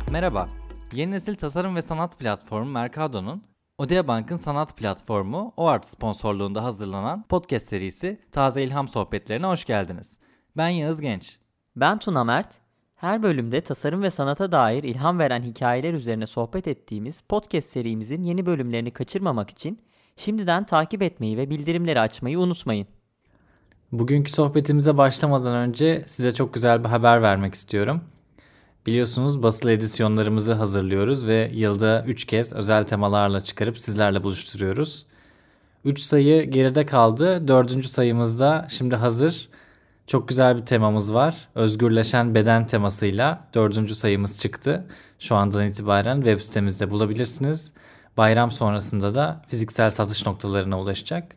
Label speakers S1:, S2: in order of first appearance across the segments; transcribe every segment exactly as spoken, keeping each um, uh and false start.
S1: Merhaba, yeni nesil tasarım ve sanat platformu Mercado'nun Odea Bank'ın sanat platformu OART sponsorluğunda hazırlanan podcast serisi Taze İlham Sohbetlerine hoş geldiniz. Ben Yağız Genç.
S2: Ben Tuna Mert. Her bölümde tasarım ve sanata dair ilham veren hikayeler üzerine sohbet ettiğimiz podcast serimizin yeni bölümlerini kaçırmamak için şimdiden takip etmeyi ve bildirimleri açmayı unutmayın.
S1: Bugünkü sohbetimize başlamadan önce size çok güzel bir haber vermek istiyorum. Biliyorsunuz basılı edisyonlarımızı hazırlıyoruz ve yılda üç kez özel temalarla çıkarıp sizlerle buluşturuyoruz. üç sayı geride kaldı. dördüncü sayımızda şimdi hazır. Çok güzel bir temamız var. Özgürleşen beden temasıyla dördüncü sayımız çıktı. Şu andan itibaren web sitemizde bulabilirsiniz. Bayram sonrasında da fiziksel satış noktalarına ulaşacak.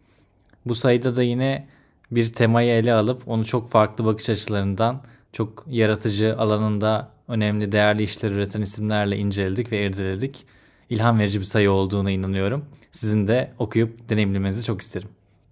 S1: Bu sayıda da yine bir temayı ele alıp onu çok farklı bakış açılarından, çok yaratıcı alanında önemli değerli işler üreten isimlerle inceledik ve irdeledik. İlham verici bir sayı olduğuna inanıyorum. Sizin de okuyup deneyimlemenizi çok isterim.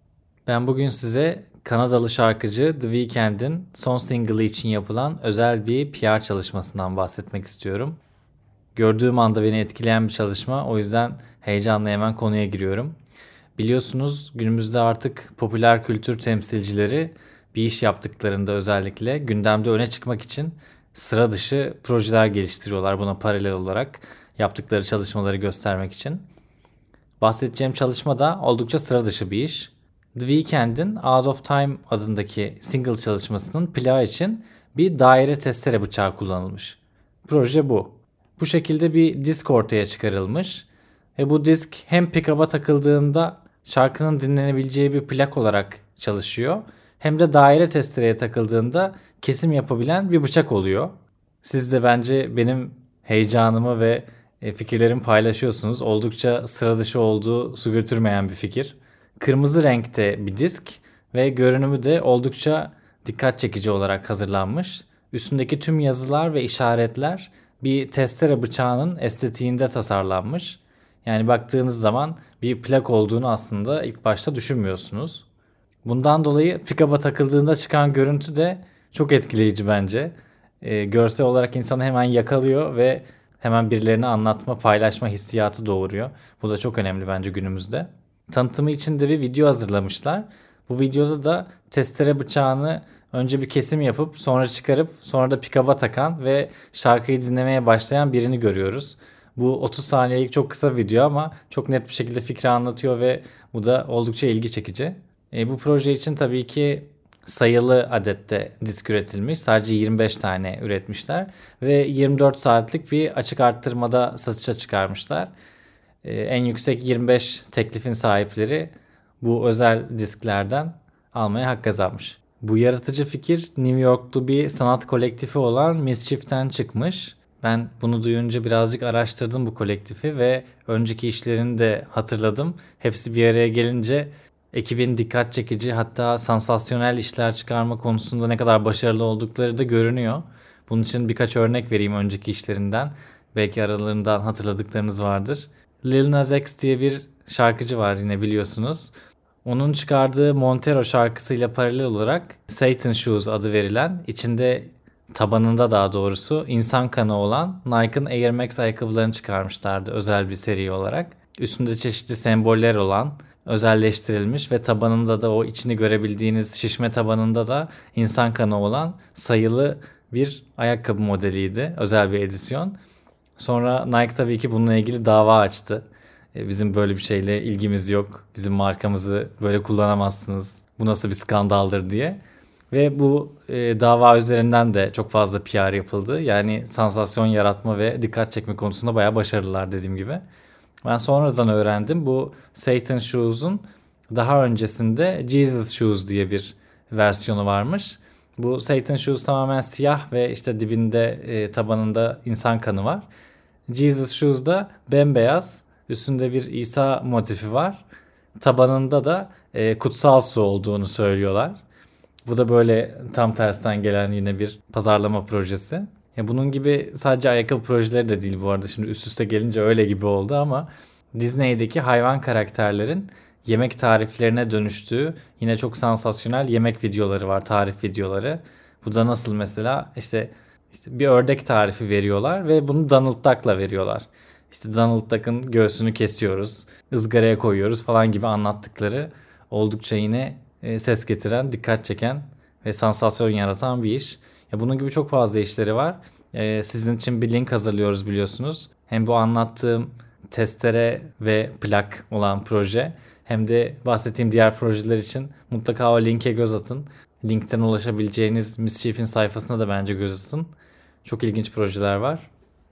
S1: Ben bugün size Kanadalı şarkıcı The Weeknd'in son single'ı için yapılan özel bir P R çalışmasından bahsetmek istiyorum. Gördüğüm anda beni etkileyen bir çalışma, o yüzden heyecanla hemen konuya giriyorum. Biliyorsunuz günümüzde artık popüler kültür temsilcileri bir iş yaptıklarında özellikle gündemde öne çıkmak için sıra dışı projeler geliştiriyorlar buna paralel olarak yaptıkları çalışmaları göstermek için. Bahsedeceğim çalışma da oldukça sıra dışı bir iş. The Weeknd'in Out of Time adındaki single çalışmasının plağı için bir daire testere bıçağı kullanılmış. Proje bu. Bu şekilde bir disk ortaya çıkarılmış ve bu disk hem pick-up'a takıldığında şarkının dinlenebileceği bir plak olarak çalışıyor, hem de daire testereye takıldığında kesim yapabilen bir bıçak oluyor. Siz de bence benim heyecanımı ve fikirlerimi paylaşıyorsunuz. Oldukça sıra dışı olduğu su götürmeyen bir fikir. Kırmızı renkte bir disk ve görünümü de oldukça dikkat çekici olarak hazırlanmış. Üstündeki tüm yazılar ve işaretler bir testere bıçağının estetiğinde tasarlanmış. Yani baktığınız zaman bir plak olduğunu aslında ilk başta düşünmüyorsunuz. Bundan dolayı pick-up'a takıldığında çıkan görüntü de çok etkileyici bence. E, görsel olarak insanı hemen yakalıyor ve hemen birilerine anlatma, paylaşma hissiyatı doğuruyor. Bu da çok önemli bence günümüzde. Tanıtımı için de bir video hazırlamışlar. Bu videoda da testere bıçağını önce bir kesim yapıp sonra çıkarıp sonra da pick-up'a takan ve şarkıyı dinlemeye başlayan birini görüyoruz. Bu otuz saniyelik çok kısa video ama çok net bir şekilde fikri anlatıyor ve bu da oldukça ilgi çekici. E, bu proje için tabii ki sayılı adette disk üretilmiş. Sadece yirmi beş tane üretmişler ve yirmi dört saatlik bir açık arttırmada satışa çıkarmışlar. Ee, en yüksek yirmi beş teklifin sahipleri bu özel disklerden almaya hak kazanmış. Bu yaratıcı fikir New Yorklu bir sanat kolektifi olan Mischief'ten çıkmış. Ben bunu duyunca birazcık araştırdım bu kolektifi ve önceki işlerini de hatırladım. Hepsi bir araya gelince ekibin dikkat çekici, hatta sansasyonel işler çıkarma konusunda ne kadar başarılı oldukları da görünüyor. Bunun için birkaç örnek vereyim önceki işlerinden. Belki aralarından hatırladıklarınız vardır. Lil Nas X diye bir şarkıcı var, yine biliyorsunuz. Onun çıkardığı Montero şarkısıyla paralel olarak Satan Shoes adı verilen, içinde tabanında daha doğrusu insan kanı olan Nike'ın Air Max ayakkabılarını çıkarmışlardı özel bir seri olarak. Üstünde çeşitli semboller olan, özelleştirilmiş ve tabanında da o içini görebildiğiniz şişme tabanında da insan kanı olan sayılı bir ayakkabı modeliydi. Özel bir edisyon. Sonra Nike tabii ki bununla ilgili dava açtı. Bizim böyle bir şeyle ilgimiz yok. Bizim markamızı böyle kullanamazsınız. Bu nasıl bir skandaldır diye. Ve bu e, dava üzerinden de çok fazla P R yapıldı. Yani sansasyon yaratma ve dikkat çekme konusunda bayağı başarılılar dediğim gibi. Ben sonradan öğrendim. Bu Satan Shoes'un daha öncesinde Jesus Shoes diye bir versiyonu varmış. Bu Satan Shoes tamamen siyah ve işte dibinde e, tabanında insan kanı var. Jesus Shoes'da bembeyaz, üstünde bir İsa motifi var. Tabanında da e, kutsal su olduğunu söylüyorlar. Bu da böyle tam tersten gelen yine bir pazarlama projesi. Ya bunun gibi sadece ayakkabı projeleri de değil bu arada. Şimdi üst üste gelince öyle gibi oldu ama Disney'deki hayvan karakterlerin yemek tariflerine dönüştüğü yine çok sansasyonel yemek videoları var, tarif videoları. Bu da nasıl mesela işte İşte bir ördek tarifi veriyorlar ve bunu Donald Duck'la veriyorlar. İşte Donald Duck'ın göğsünü kesiyoruz, ızgaraya koyuyoruz falan gibi anlattıkları oldukça yine e, ses getiren, dikkat çeken ve sansasyon yaratan bir iş. Ya bunun gibi çok fazla işleri var. E, sizin için bir link hazırlıyoruz biliyorsunuz. Hem bu anlattığım testere ve plak olan proje hem de bahsettiğim diğer projeler için mutlaka o linke göz atın. Linkten ulaşabileceğiniz Mischief'in sayfasına da bence göz atın. Çok ilginç projeler var.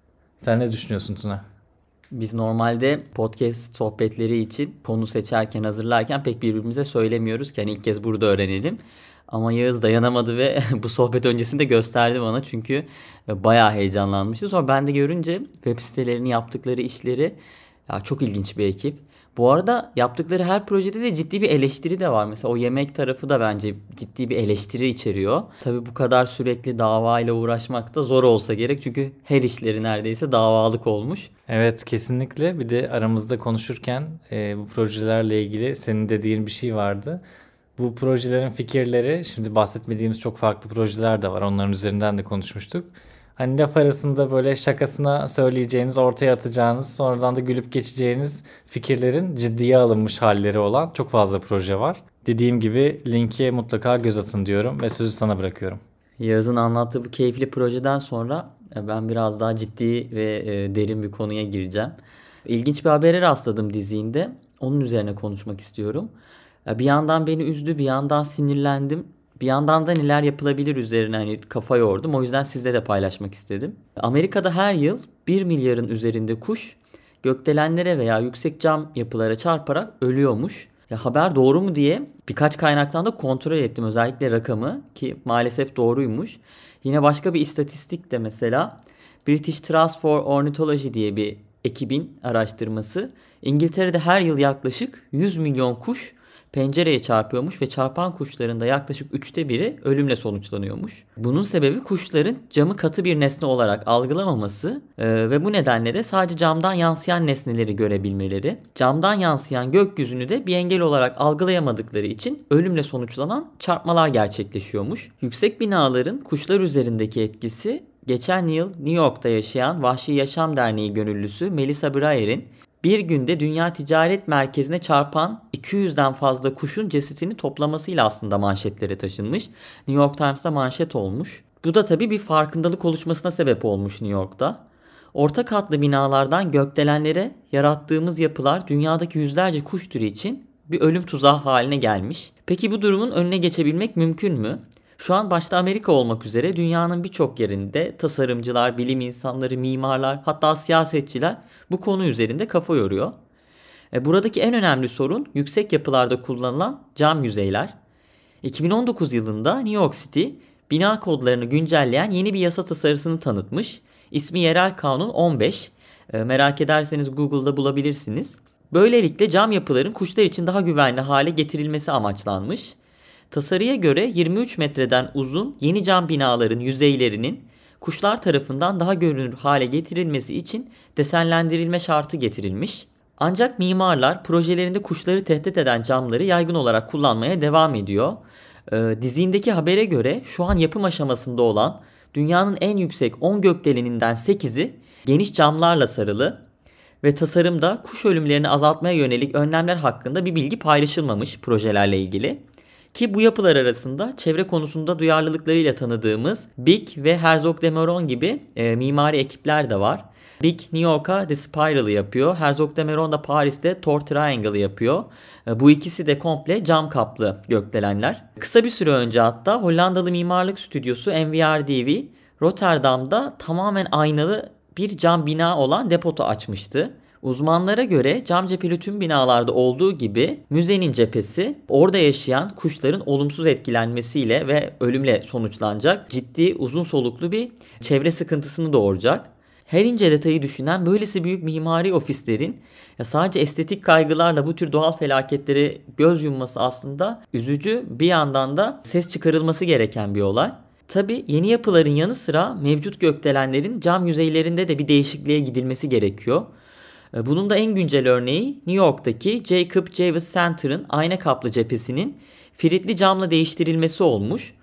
S1: Sen ne düşünüyorsun Tuna?
S2: Biz normalde podcast sohbetleri için konu seçerken, hazırlarken pek birbirimize söylemiyoruz ki hani ilk kez burada öğrenelim. Ama Yağız dayanamadı ve bu sohbet öncesinde gösterdi bana çünkü bayağı heyecanlanmıştı. Sonra ben de görünce web sitelerini yaptıkları işleri, ya çok ilginç bir ekip. Bu arada yaptıkları her projede de ciddi bir eleştiri de var. Mesela o yemek tarafı da bence ciddi bir eleştiri içeriyor. Tabii bu kadar sürekli davayla uğraşmak da zor olsa gerek. Çünkü her işleri neredeyse davalık olmuş.
S1: Evet, kesinlikle. Bir de aramızda konuşurken e, bu projelerle ilgili senin dediğin bir şey vardı. Bu projelerin fikirleri, şimdi bahsetmediğimiz çok farklı projeler de var. Onların üzerinden de konuşmuştuk. Hani laf arasında böyle şakasına söyleyeceğiniz, ortaya atacağınız, sonradan da gülüp geçeceğiniz fikirlerin ciddiye alınmış halleri olan çok fazla proje var. Dediğim gibi linke mutlaka göz atın diyorum ve sözü sana bırakıyorum.
S2: Yağız'ın anlattığı bu keyifli projeden sonra ben biraz daha ciddi ve derin bir konuya gireceğim. İlginç bir habere rastladım diziğinde. Onun üzerine konuşmak istiyorum. Bir yandan beni üzdü, bir yandan sinirlendim. Bir yandan da neler yapılabilir üzerine hani kafa yordum. O yüzden sizle de paylaşmak istedim. Amerika'da her yıl bir milyarın üzerinde kuş gökdelenlere veya yüksek cam yapılara çarparak ölüyormuş. Ya haber doğru mu diye birkaç kaynaktan da kontrol ettim, özellikle rakamı, ki maalesef doğruymuş. Yine başka bir istatistik de mesela British Trust for Ornithology diye bir ekibin araştırması. İngiltere'de her yıl yaklaşık yüz milyon kuş pencereye çarpıyormuş ve çarpan kuşların da yaklaşık üçte biri ölümle sonuçlanıyormuş. Bunun sebebi kuşların camı katı bir nesne olarak algılamaması e, ve bu nedenle de sadece camdan yansıyan nesneleri görebilmeleri. Camdan yansıyan gökyüzünü de bir engel olarak algılayamadıkları için ölümle sonuçlanan çarpmalar gerçekleşiyormuş. Yüksek binaların kuşlar üzerindeki etkisi geçen yıl New York'ta yaşayan Vahşi Yaşam Derneği gönüllüsü Melissa Breyer'in bir günde Dünya Ticaret Merkezi'ne çarpan iki yüzden fazla kuşun cesetini toplamasıyla aslında manşetlere taşınmış. New York Times'ta manşet olmuş. Bu da tabii bir farkındalık oluşmasına sebep olmuş New York'ta. Orta katlı binalardan gökdelenlere yarattığımız yapılar dünyadaki yüzlerce kuş türü için bir ölüm tuzağı haline gelmiş. Peki bu durumun önüne geçebilmek mümkün mü? Şu an başta Amerika olmak üzere dünyanın birçok yerinde tasarımcılar, bilim insanları, mimarlar, hatta siyasetçiler bu konu üzerinde kafa yoruyor. E, buradaki en önemli sorun yüksek yapılarda kullanılan cam yüzeyler. iki bin on dokuz yılında New York City bina kodlarını güncelleyen yeni bir yasa tasarısını tanıtmış. İsmi Yerel Kanun on beş. E, merak ederseniz Google'da bulabilirsiniz. Böylelikle cam yapıların kuşlar için daha güvenli hale getirilmesi amaçlanmış. Tasarıya göre yirmi üç metreden uzun yeni cam binaların yüzeylerinin kuşlar tarafından daha görünür hale getirilmesi için desenlendirilme şartı getirilmiş. Ancak mimarlar projelerinde kuşları tehdit eden camları yaygın olarak kullanmaya devam ediyor. Ee, dizindeki habere göre şu an yapım aşamasında olan dünyanın en yüksek on gökdeleninden sekizi geniş camlarla sarılı ve tasarımda kuş ölümlerini azaltmaya yönelik önlemler hakkında bir bilgi paylaşılmamış projelerle ilgili. Ki bu yapılar arasında çevre konusunda duyarlılıklarıyla tanıdığımız Big ve Herzog de Meuron gibi e, mimari ekipler de var. Big New York'a The Spiral'ı yapıyor. Herzog de Meuron da Paris'te Tor Triangle'ı yapıyor. E, bu ikisi de komple cam kaplı gökdelenler. Kısa bir süre önce hatta Hollandalı mimarlık stüdyosu M V R D V Rotterdam'da tamamen aynalı bir cam bina olan depotu açmıştı. Uzmanlara göre cam cepheli tüm binalarda olduğu gibi müzenin cephesi orada yaşayan kuşların olumsuz etkilenmesiyle ve ölümle sonuçlanacak ciddi uzun soluklu bir çevre sıkıntısını doğuracak. Her ince detayı düşünen böylesi büyük mimari ofislerin ya sadece estetik kaygılarla bu tür doğal felaketleri göz yumması aslında üzücü, bir yandan da ses çıkarılması gereken bir olay. Tabii yeni yapıların yanı sıra mevcut gökdelenlerin cam yüzeylerinde de bir değişikliğe gidilmesi gerekiyor. Bunun da en güncel örneği New York'taki Jacob Javits Center'ın ayna kaplı cephesinin firitli camla değiştirilmesi olmuş.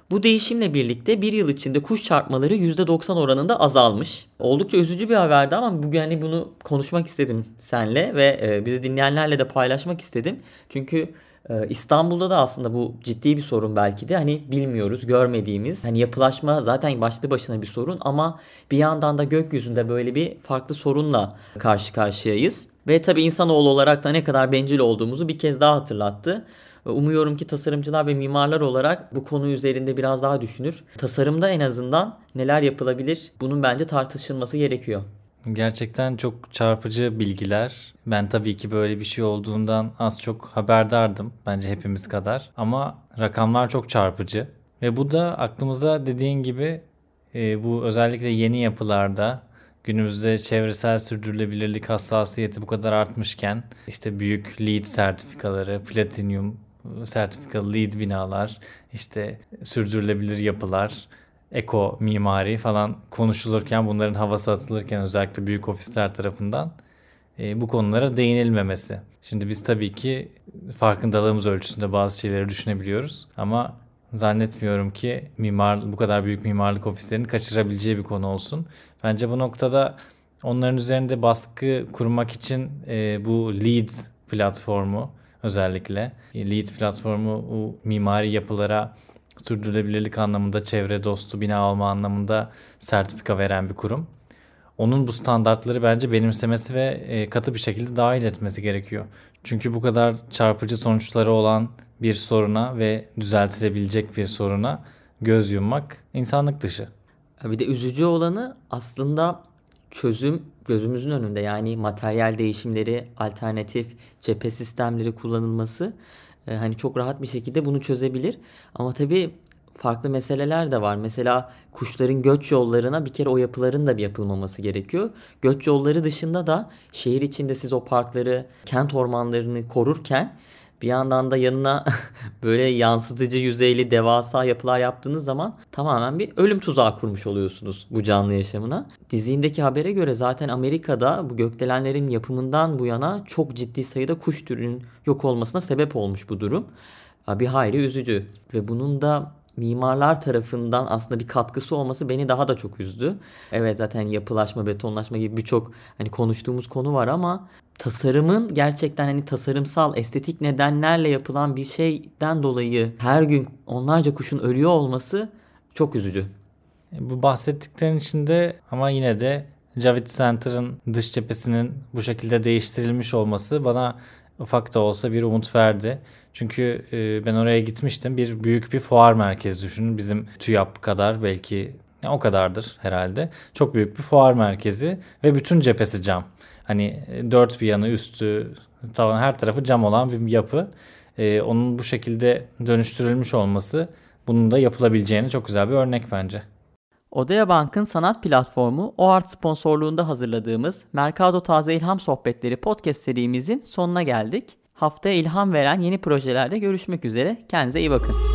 S2: Bu değişimle birlikte bir yıl içinde kuş çarpmaları yüzde doksan oranında azalmış. Oldukça üzücü bir haberdi ama bugün hani bunu konuşmak istedim seninle ve e, bizi dinleyenlerle de paylaşmak istedim. Çünkü e, İstanbul'da da aslında bu ciddi bir sorun belki de hani bilmiyoruz, görmediğimiz. Hani yapılaşma zaten başlı başına bir sorun ama bir yandan da gökyüzünde böyle bir farklı sorunla karşı karşıyayız. Ve tabii insanoğlu olarak da ne kadar bencil olduğumuzu bir kez daha hatırlattı. Umuyorum ki tasarımcılar ve mimarlar olarak bu konu üzerinde biraz daha düşünür. Tasarımda en azından neler yapılabilir? Bunun bence tartışılması gerekiyor.
S1: Gerçekten çok çarpıcı bilgiler. Ben tabii ki böyle bir şey olduğundan az çok haberdardım. Bence hepimiz kadar. Ama rakamlar çok çarpıcı. Ve bu da aklımıza dediğin gibi e, bu özellikle yeni yapılarda günümüzde çevresel sürdürülebilirlik hassasiyeti bu kadar artmışken işte büyük LEED sertifikaları, Platinum sertifikalı LEED binalar, işte sürdürülebilir yapılar, eko mimari falan konuşulurken, bunların havası atılırken özellikle büyük ofisler tarafından e, bu konulara değinilmemesi. Şimdi biz tabii ki farkındalığımız ölçüsünde bazı şeyleri düşünebiliyoruz ama zannetmiyorum ki mimar bu kadar büyük mimarlık ofislerinin kaçırabileceği bir konu olsun. Bence bu noktada onların üzerinde baskı kurmak için e, bu LEED platformu, özellikle LEED platformu o mimari yapılara sürdürülebilirlik anlamında, çevre dostu bina olma anlamında sertifika veren bir kurum. Onun bu standartları bence benimsemesi ve e, katı bir şekilde dahil etmesi gerekiyor. Çünkü bu kadar çarpıcı sonuçları olan bir soruna ve düzeltilebilecek bir soruna göz yummak insanlık dışı.
S2: Bir de üzücü olanı aslında çözüm gözümüzün önünde, yani materyal değişimleri, alternatif cephe sistemleri kullanılması e, hani çok rahat bir şekilde bunu çözebilir. Ama tabii farklı meseleler de var. Mesela kuşların göç yollarına bir kere o yapıların da bir yapılmaması gerekiyor. Göç yolları dışında da şehir içinde siz o parkları, kent ormanlarını korurken bir yandan da yanına böyle yansıtıcı yüzeyli devasa yapılar yaptığınız zaman tamamen bir ölüm tuzağı kurmuş oluyorsunuz bu canlı yaşamına. Dizindeki habere göre zaten Amerika'da bu gökdelenlerin yapımından bu yana çok ciddi sayıda kuş türünün yok olmasına sebep olmuş bu durum. Bir hayli üzücü ve bunun da mimarlar tarafından aslında bir katkısı olması beni daha da çok üzdü. Evet, zaten yapılaşma, betonlaşma gibi birçok hani konuştuğumuz konu var ama tasarımın gerçekten hani tasarımsal, estetik nedenlerle yapılan bir şeyden dolayı her gün onlarca kuşun ölüyor olması çok üzücü.
S1: Bu bahsettiklerin içinde ama yine de Javits Center'ın dış cephesinin bu şekilde değiştirilmiş olması bana ufak da olsa bir umut verdi. Çünkü e, ben oraya gitmiştim. Bir büyük bir fuar merkezi düşünün. Bizim TÜYAP kadar, belki o kadardır herhalde. Çok büyük bir fuar merkezi ve bütün cephesi cam. Hani dört bir yanı, üstü, tavan, her tarafı cam olan bir yapı. E, onun bu şekilde dönüştürülmüş olması, bunun da yapılabileceğine çok güzel bir örnek bence.
S2: Odea Bank'ın sanat platformu OART sponsorluğunda hazırladığımız Mercado Taze İlham Sohbetleri podcast serimizin sonuna geldik. Haftaya ilham veren yeni projelerde görüşmek üzere. Kendinize iyi bakın.